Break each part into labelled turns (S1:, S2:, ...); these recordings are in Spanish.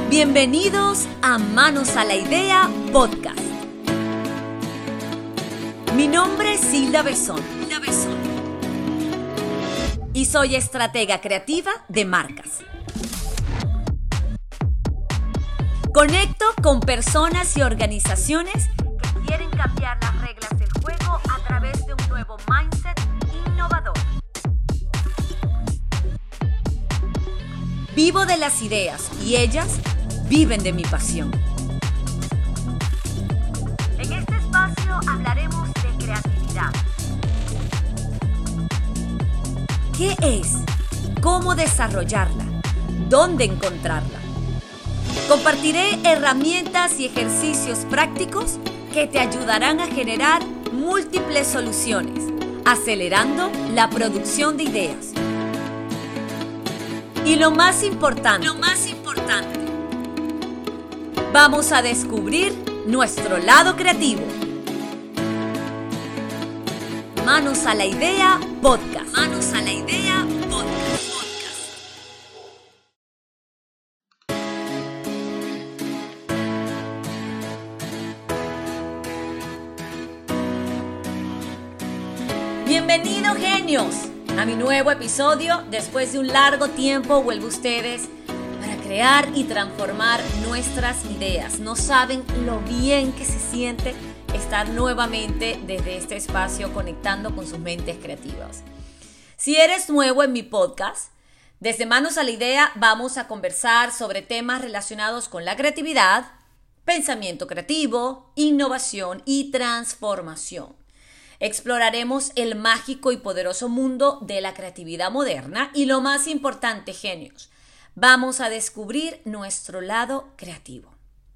S1: Bienvenidos a Manos a la Idea Podcast. Mi nombre es Hilda Besón y soy estratega creativa de marcas. Conecto con personas y organizaciones que quieren cambiar las reglas del juego a través de un nuevo mindset innovador. Vivo de las ideas y ellas viven de mi pasión. En este espacio hablaremos de creatividad. ¿Qué es? ¿Cómo desarrollarla? ¿Dónde encontrarla? Compartiré herramientas y ejercicios prácticos que te ayudarán a generar múltiples soluciones, acelerando la producción de ideas. Y lo más importante, vamos a descubrir nuestro lado creativo. Manos a la Idea Podcast. Manos a la Idea Podcast. Bienvenidos, genios, a mi nuevo episodio. Después de un largo tiempo vuelvo a ustedes para crear y transformar nuestras ideas. No saben lo bien que se siente estar nuevamente desde este espacio conectando con sus mentes creativas. Si eres nuevo en mi podcast, desde Manos a la Idea vamos a conversar sobre temas relacionados con la creatividad, pensamiento creativo, innovación y transformación. Exploraremos el mágico y poderoso mundo de la creatividad moderna y lo más importante, genios, vamos a descubrir nuestro lado creativo.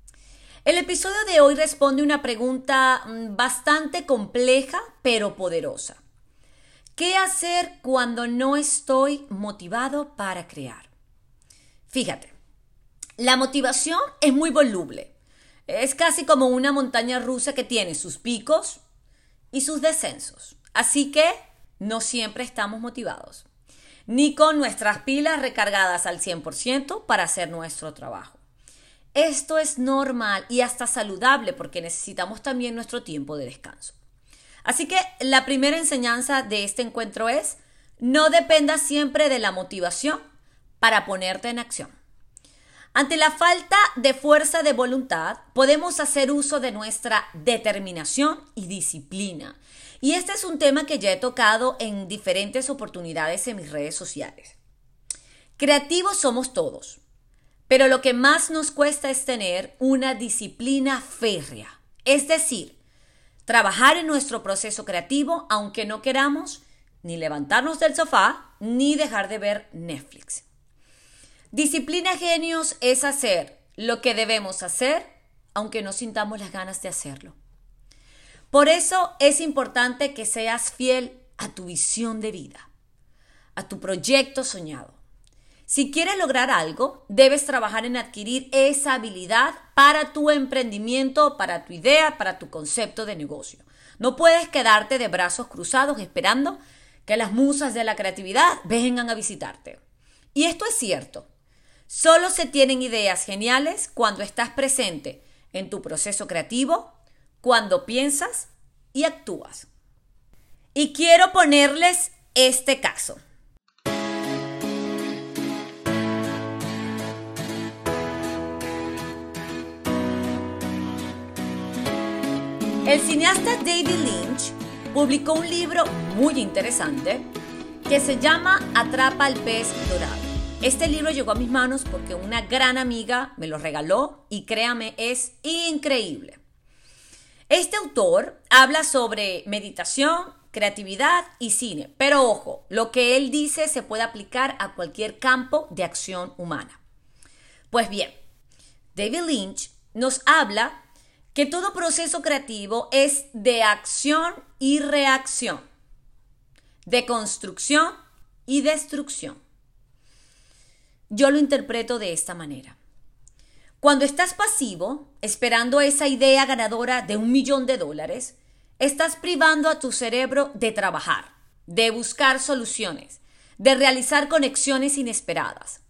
S1: El episodio de hoy responde una pregunta bastante compleja pero poderosa. ¿Qué hacer cuando no estoy motivado para crear? Fíjate, la motivación es muy voluble. Es casi como una montaña rusa que tiene sus picos y sus descensos. Así que no siempre estamos motivados, ni con nuestras pilas recargadas al 100% para hacer nuestro trabajo. Esto es normal y hasta saludable porque necesitamos también nuestro tiempo de descanso. Así que la primera enseñanza de este encuentro es: no dependas siempre de la motivación para ponerte en acción. Ante la falta de fuerza de voluntad, podemos hacer uso de nuestra determinación y disciplina. Y este es un tema que ya he tocado en diferentes oportunidades en mis redes sociales. Creativos somos todos, pero lo que más nos cuesta es tener una disciplina férrea. Es decir, trabajar en nuestro proceso creativo aunque no queramos ni levantarnos del sofá ni dejar de ver Netflix. Disciplina, genios, es hacer lo que debemos hacer, aunque no sintamos las ganas de hacerlo. Por eso es importante que seas fiel a tu visión de vida, a tu proyecto soñado. Si quieres lograr algo, debes trabajar en adquirir esa habilidad para tu emprendimiento, para tu idea, para tu concepto de negocio. No puedes quedarte de brazos cruzados esperando que las musas de la creatividad vengan a visitarte. Y esto es cierto. Solo se tienen ideas geniales cuando estás presente en tu proceso creativo, cuando piensas y actúas. Y quiero ponerles este caso. El cineasta David Lynch publicó un libro muy interesante que se llama Atrapa al pez dorado. Este libro llegó a mis manos porque una gran amiga me lo regaló y créame, es increíble. Este autor habla sobre meditación, creatividad y cine, pero ojo, lo que él dice se puede aplicar a cualquier campo de acción humana. Pues bien, David Lynch nos habla que todo proceso creativo es de acción y reacción, de construcción y destrucción. Yo lo interpreto de esta manera. Cuando estás pasivo, esperando esa idea ganadora de $1 millón, estás privando a tu cerebro de trabajar, de buscar soluciones, de realizar conexiones inesperadas.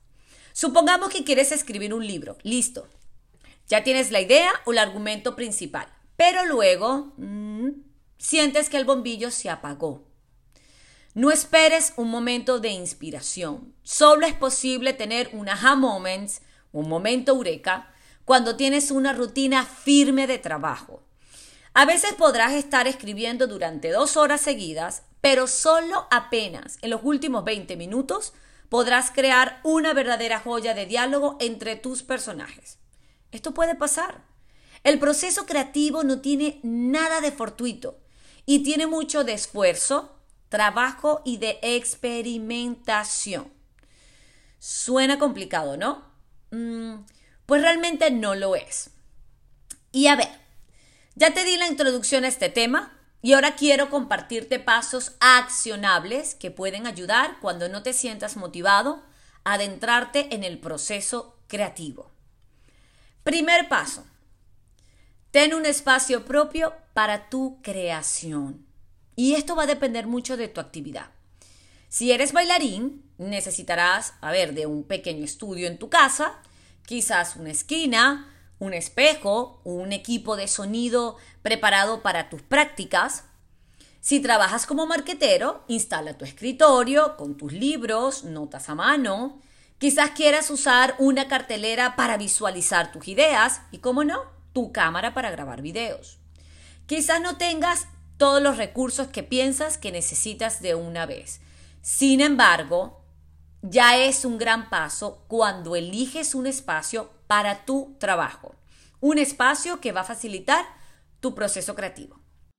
S1: Supongamos que quieres escribir un libro. Listo. Ya tienes la idea o el argumento principal. Pero luego sientes que el bombillo se apagó. No esperes un momento de inspiración. Solo es posible tener un aha moment, un momento eureka, cuando tienes una rutina firme de trabajo. A veces podrás estar escribiendo durante 2 horas seguidas, pero solo apenas en los últimos 20 minutos podrás crear una verdadera joya de diálogo entre tus personajes. Esto puede pasar. El proceso creativo no tiene nada de fortuito y tiene mucho de esfuerzo, trabajo y de experimentación. Suena complicado, ¿no? Pues realmente no lo es. Y a ver, ya te di la introducción a este tema y ahora quiero compartirte pasos accionables que pueden ayudar cuando no te sientas motivado a adentrarte en el proceso creativo. Primer paso. Ten un espacio propio para tu creación. Y esto va a depender mucho de tu actividad. Si eres bailarín, necesitarás, de un pequeño estudio en tu casa, quizás una esquina, un espejo, un equipo de sonido preparado para tus prácticas. Si trabajas como marketero, instala tu escritorio con tus libros, notas a mano. Quizás quieras usar una cartelera para visualizar tus ideas y, cómo no, tu cámara para grabar videos. Quizás no tengas todos los recursos que piensas que necesitas de una vez. Sin embargo, ya es un gran paso cuando eliges un espacio para tu trabajo. Un espacio que va a facilitar tu proceso creativo.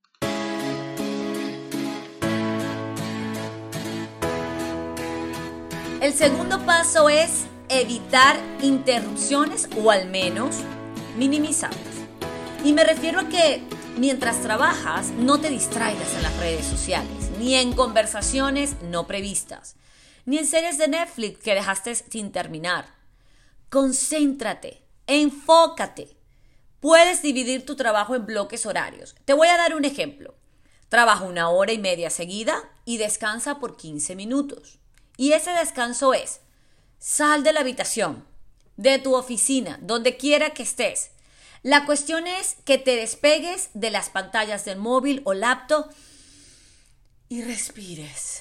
S1: El segundo paso es evitar interrupciones o al menos minimizarlas. Y me refiero a que mientras trabajas no te distraigas en las redes sociales, ni en conversaciones no previstas, ni en series de Netflix que dejaste sin terminar. Concéntrate, enfócate. Puedes dividir tu trabajo en bloques horarios. Te voy a dar un ejemplo. Trabaja 1 hora y media seguida y descansa por 15 minutos. Y ese descanso es: sal de la habitación, de tu oficina, donde quiera que estés. La cuestión es que te despegues de las pantallas del móvil o laptop y respires.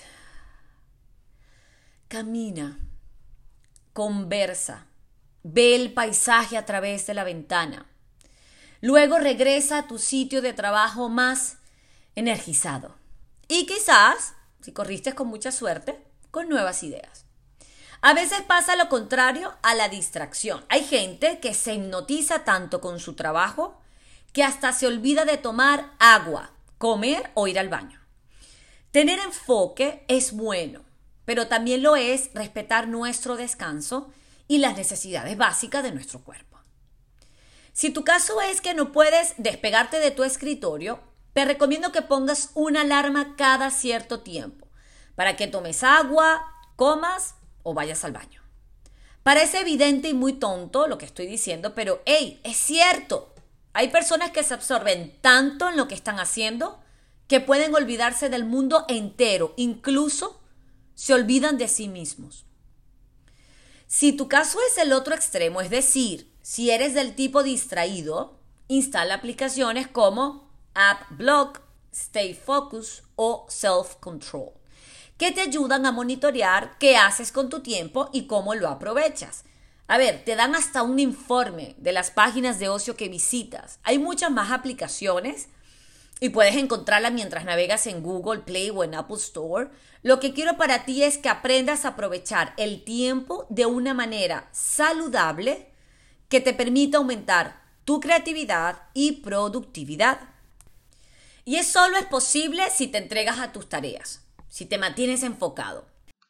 S1: Camina, conversa, ve el paisaje a través de la ventana. Luego regresa a tu sitio de trabajo más energizado. Y quizás, si corriste con mucha suerte, con nuevas ideas. A veces pasa lo contrario a la distracción. Hay gente que se hipnotiza tanto con su trabajo que hasta se olvida de tomar agua, comer o ir al baño. Tener enfoque es bueno, pero también lo es respetar nuestro descanso y las necesidades básicas de nuestro cuerpo. Si tu caso es que no puedes despegarte de tu escritorio, te recomiendo que pongas una alarma cada cierto tiempo para que tomes agua, comas o vayas al baño. Parece evidente y muy tonto lo que estoy diciendo, pero ¡hey! Es cierto. Hay personas que se absorben tanto en lo que están haciendo que pueden olvidarse del mundo entero, incluso se olvidan de sí mismos. Si tu caso es el otro extremo, es decir, si eres del tipo distraído, instala aplicaciones como AppBlock, Stay Focus o Self Control, que te ayudan a monitorear qué haces con tu tiempo y cómo lo aprovechas. Te dan hasta un informe de las páginas de ocio que visitas. Hay muchas más aplicaciones y puedes encontrarlas mientras navegas en Google Play o en Apple Store. Lo que quiero para ti es que aprendas a aprovechar el tiempo de una manera saludable que te permita aumentar tu creatividad y productividad. Y eso solo es posible si te entregas a tus tareas, si te mantienes enfocado.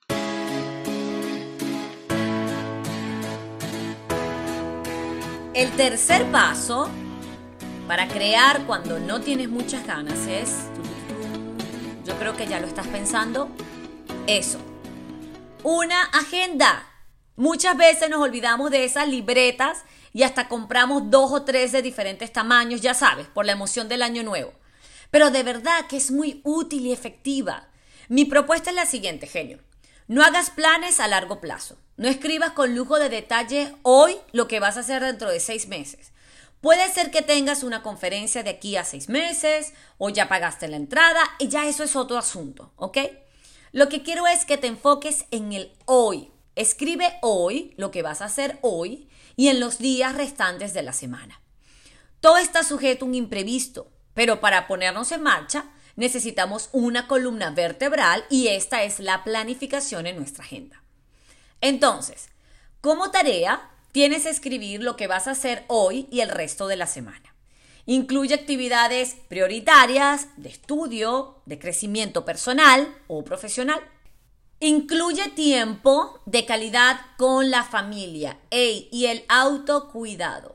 S1: El tercer paso para crear cuando no tienes muchas ganas es, yo creo que ya lo estás pensando, eso, una agenda. Muchas veces nos olvidamos de esas libretas y hasta compramos 2 o 3 de diferentes tamaños, ya sabes, por la emoción del año nuevo. Pero de verdad que es muy útil y efectiva. Mi propuesta es la siguiente, genio. No hagas planes a largo plazo. No escribas con lujo de detalle hoy lo que vas a hacer dentro de 6 meses. Puede ser que tengas una conferencia de aquí a 6 meses o ya pagaste la entrada y ya eso es otro asunto, ¿ok? Lo que quiero es que te enfoques en el hoy. Escribe hoy lo que vas a hacer hoy y en los días restantes de la semana. Todo está sujeto a un imprevisto, pero para ponernos en marcha necesitamos una columna vertebral y esta es la planificación en nuestra agenda. Entonces, como tarea, tienes que escribir lo que vas a hacer hoy y el resto de la semana. Incluye actividades prioritarias, de estudio, de crecimiento personal o profesional. Incluye tiempo de calidad con la familia y el autocuidado.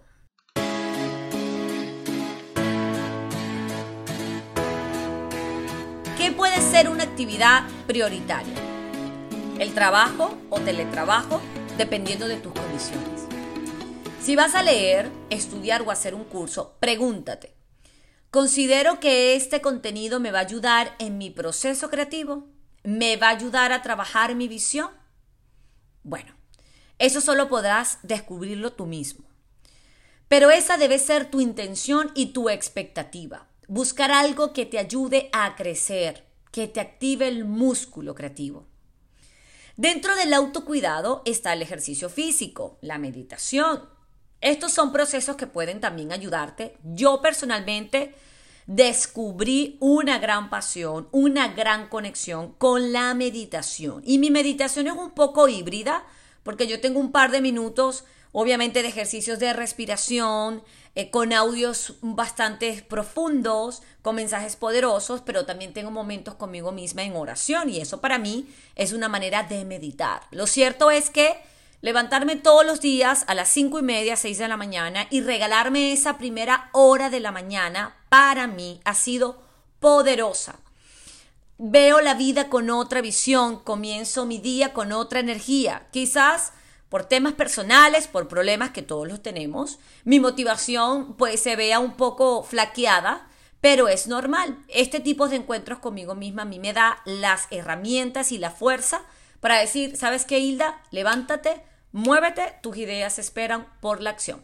S1: ¿Qué puede ser una actividad prioritaria? El trabajo o teletrabajo, dependiendo de tus condiciones. Si vas a leer, estudiar o hacer un curso, pregúntate, ¿considero que este contenido me va a ayudar en mi proceso creativo? ¿Me va a ayudar a trabajar mi visión? Bueno, eso solo podrás descubrirlo tú mismo. Pero esa debe ser tu intención y tu expectativa. Buscar algo que te ayude a crecer, que te active el músculo creativo. Dentro del autocuidado está el ejercicio físico, la meditación. Estos son procesos que pueden también ayudarte. Yo personalmente descubrí una gran pasión, una gran conexión con la meditación. Y mi meditación es un poco híbrida porque yo tengo un par de minutos, obviamente, de ejercicios de respiración, con audios bastante profundos, con mensajes poderosos, pero también tengo momentos conmigo misma en oración y eso para mí es una manera de meditar. Lo cierto es que levantarme todos los días a las 5:30, 6 de la mañana y regalarme esa primera hora de la mañana para mí ha sido poderosa. Veo la vida con otra visión, comienzo mi día con otra energía. Quizás por temas personales, por problemas que todos los tenemos, mi motivación pues se vea un poco flaqueada, pero es normal. Este tipo de encuentros conmigo misma a mí me da las herramientas y la fuerza para decir, ¿sabes qué, Hilda? Levántate, muévete, tus ideas esperan por la acción.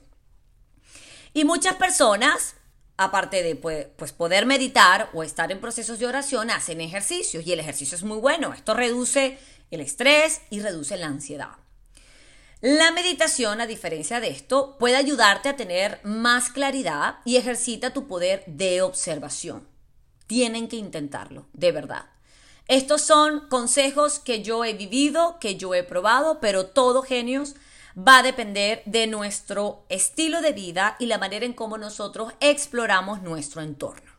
S1: Y muchas personas, aparte de pues poder meditar o estar en procesos de oración, hacen ejercicios y el ejercicio es muy bueno. Esto reduce el estrés y reduce la ansiedad. La meditación, a diferencia de esto, puede ayudarte a tener más claridad y ejercita tu poder de observación. Tienen que intentarlo, de verdad. Estos son consejos que yo he vivido, que yo he probado, pero todo, genios, va a depender de nuestro estilo de vida y la manera en cómo nosotros exploramos nuestro entorno.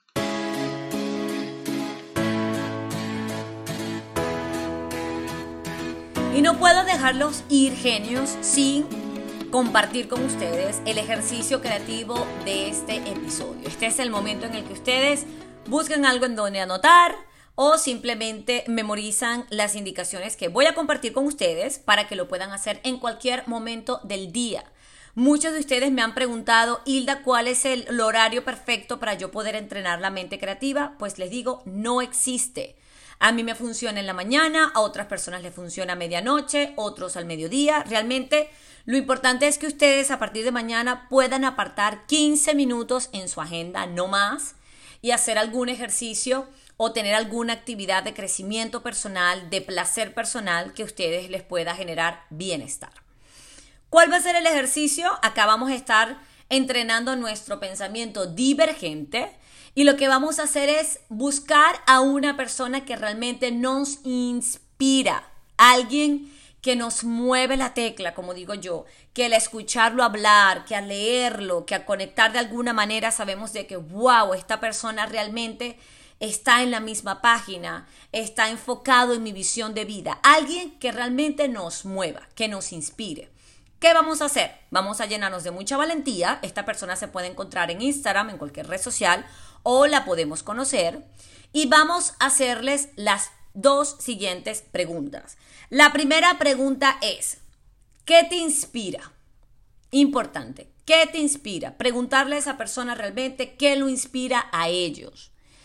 S1: Y no puedo dejarlos ir, genios, sin compartir con ustedes el ejercicio creativo de este episodio. Este es el momento en el que ustedes buscan algo en donde anotar o simplemente memorizan las indicaciones que voy a compartir con ustedes para que lo puedan hacer en cualquier momento del día. Muchos de ustedes me han preguntado, Hilda, ¿cuál es el horario perfecto para yo poder entrenar la mente creativa? Pues les digo, no existe. A mí me funciona en la mañana, a otras personas les funciona a medianoche, otros al mediodía. Realmente lo importante es que ustedes a partir de mañana puedan apartar 15 minutos en su agenda, no más, y hacer algún ejercicio o tener alguna actividad de crecimiento personal, de placer personal que a ustedes les pueda generar bienestar. ¿Cuál va a ser el ejercicio? Acá vamos a estar entrenando nuestro pensamiento divergente y lo que vamos a hacer es buscar a una persona que realmente nos inspira, alguien que nos mueve la tecla, como digo yo, que al escucharlo hablar, que al leerlo, que al conectar de alguna manera sabemos de que, wow, esta persona realmente está en la misma página, está enfocado en mi visión de vida. Alguien que realmente nos mueva, que nos inspire. ¿Qué vamos a hacer? Vamos a llenarnos de mucha valentía. Esta persona se puede encontrar en Instagram, en cualquier red social, o la podemos conocer. Y vamos a hacerles las dos siguientes preguntas. La primera pregunta es, ¿qué te inspira? Importante, ¿qué te inspira? Preguntarle a esa persona realmente qué lo inspira a ellos.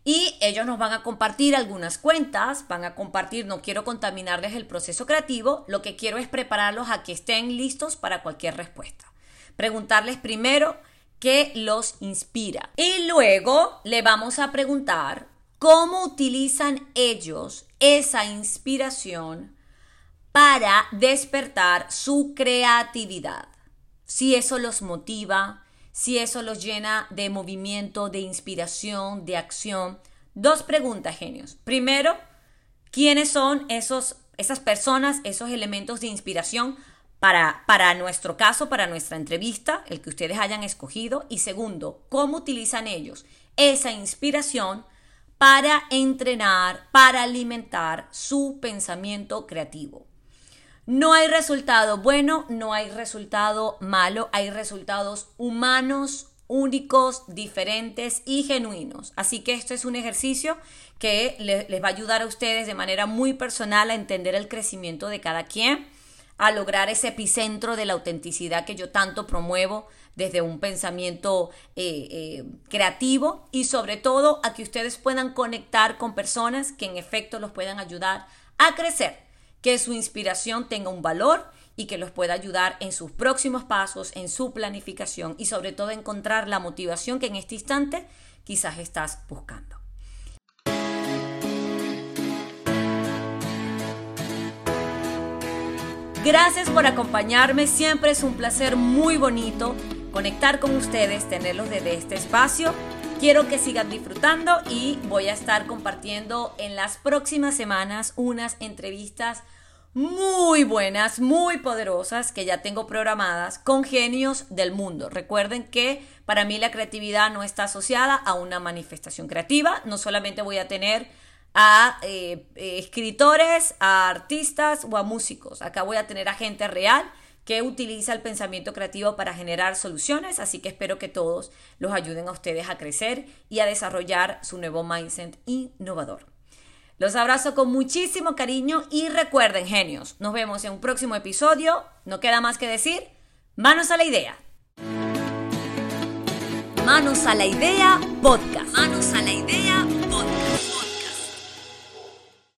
S1: Y ellos nos van a compartir algunas cuentas, van a compartir, no quiero contaminarles el proceso creativo, lo que quiero es prepararlos a que estén listos para cualquier respuesta. Preguntarles primero qué los inspira. Y luego le vamos a preguntar cómo utilizan ellos esa inspiración para despertar su creatividad. Si eso los motiva, si eso los llena de movimiento, de inspiración, de acción. 2 preguntas, genios. Primero, ¿quiénes son esas personas, esos elementos de inspiración para nuestro caso, para nuestra entrevista, el que ustedes hayan escogido? Y segundo, ¿cómo utilizan ellos esa inspiración para entrenar, para alimentar su pensamiento creativo? No hay resultado bueno, no hay resultado malo, hay resultados humanos, únicos, diferentes y genuinos. Así que esto es un ejercicio que les va a ayudar a ustedes de manera muy personal a entender el crecimiento de cada quien, a lograr ese epicentro de la autenticidad que yo tanto promuevo desde un pensamiento creativo, y sobre todo a que ustedes puedan conectar con personas que en efecto los puedan ayudar a crecer, que su inspiración tenga un valor y que los pueda ayudar en sus próximos pasos, en su planificación y sobre todo encontrar la motivación que en este instante quizás estás buscando. Gracias por acompañarme, siempre es un placer muy bonito conectar con ustedes, tenerlos desde este espacio. Quiero que sigan disfrutando y voy a estar compartiendo en las próximas semanas unas entrevistas muy buenas, muy poderosas que ya tengo programadas con genios del mundo. Recuerden que para mí la creatividad no está asociada a una manifestación creativa. No solamente voy a tener a escritores, a artistas o a músicos. Acá voy a tener a gente real que utiliza el pensamiento creativo para generar soluciones, así que espero que todos los ayuden a ustedes a crecer y a desarrollar su nuevo mindset innovador. Los abrazo con muchísimo cariño y recuerden, genios, nos vemos en un próximo episodio. No queda más que decir, manos a la idea. Manos a la idea podcast. Manos a la idea podcast.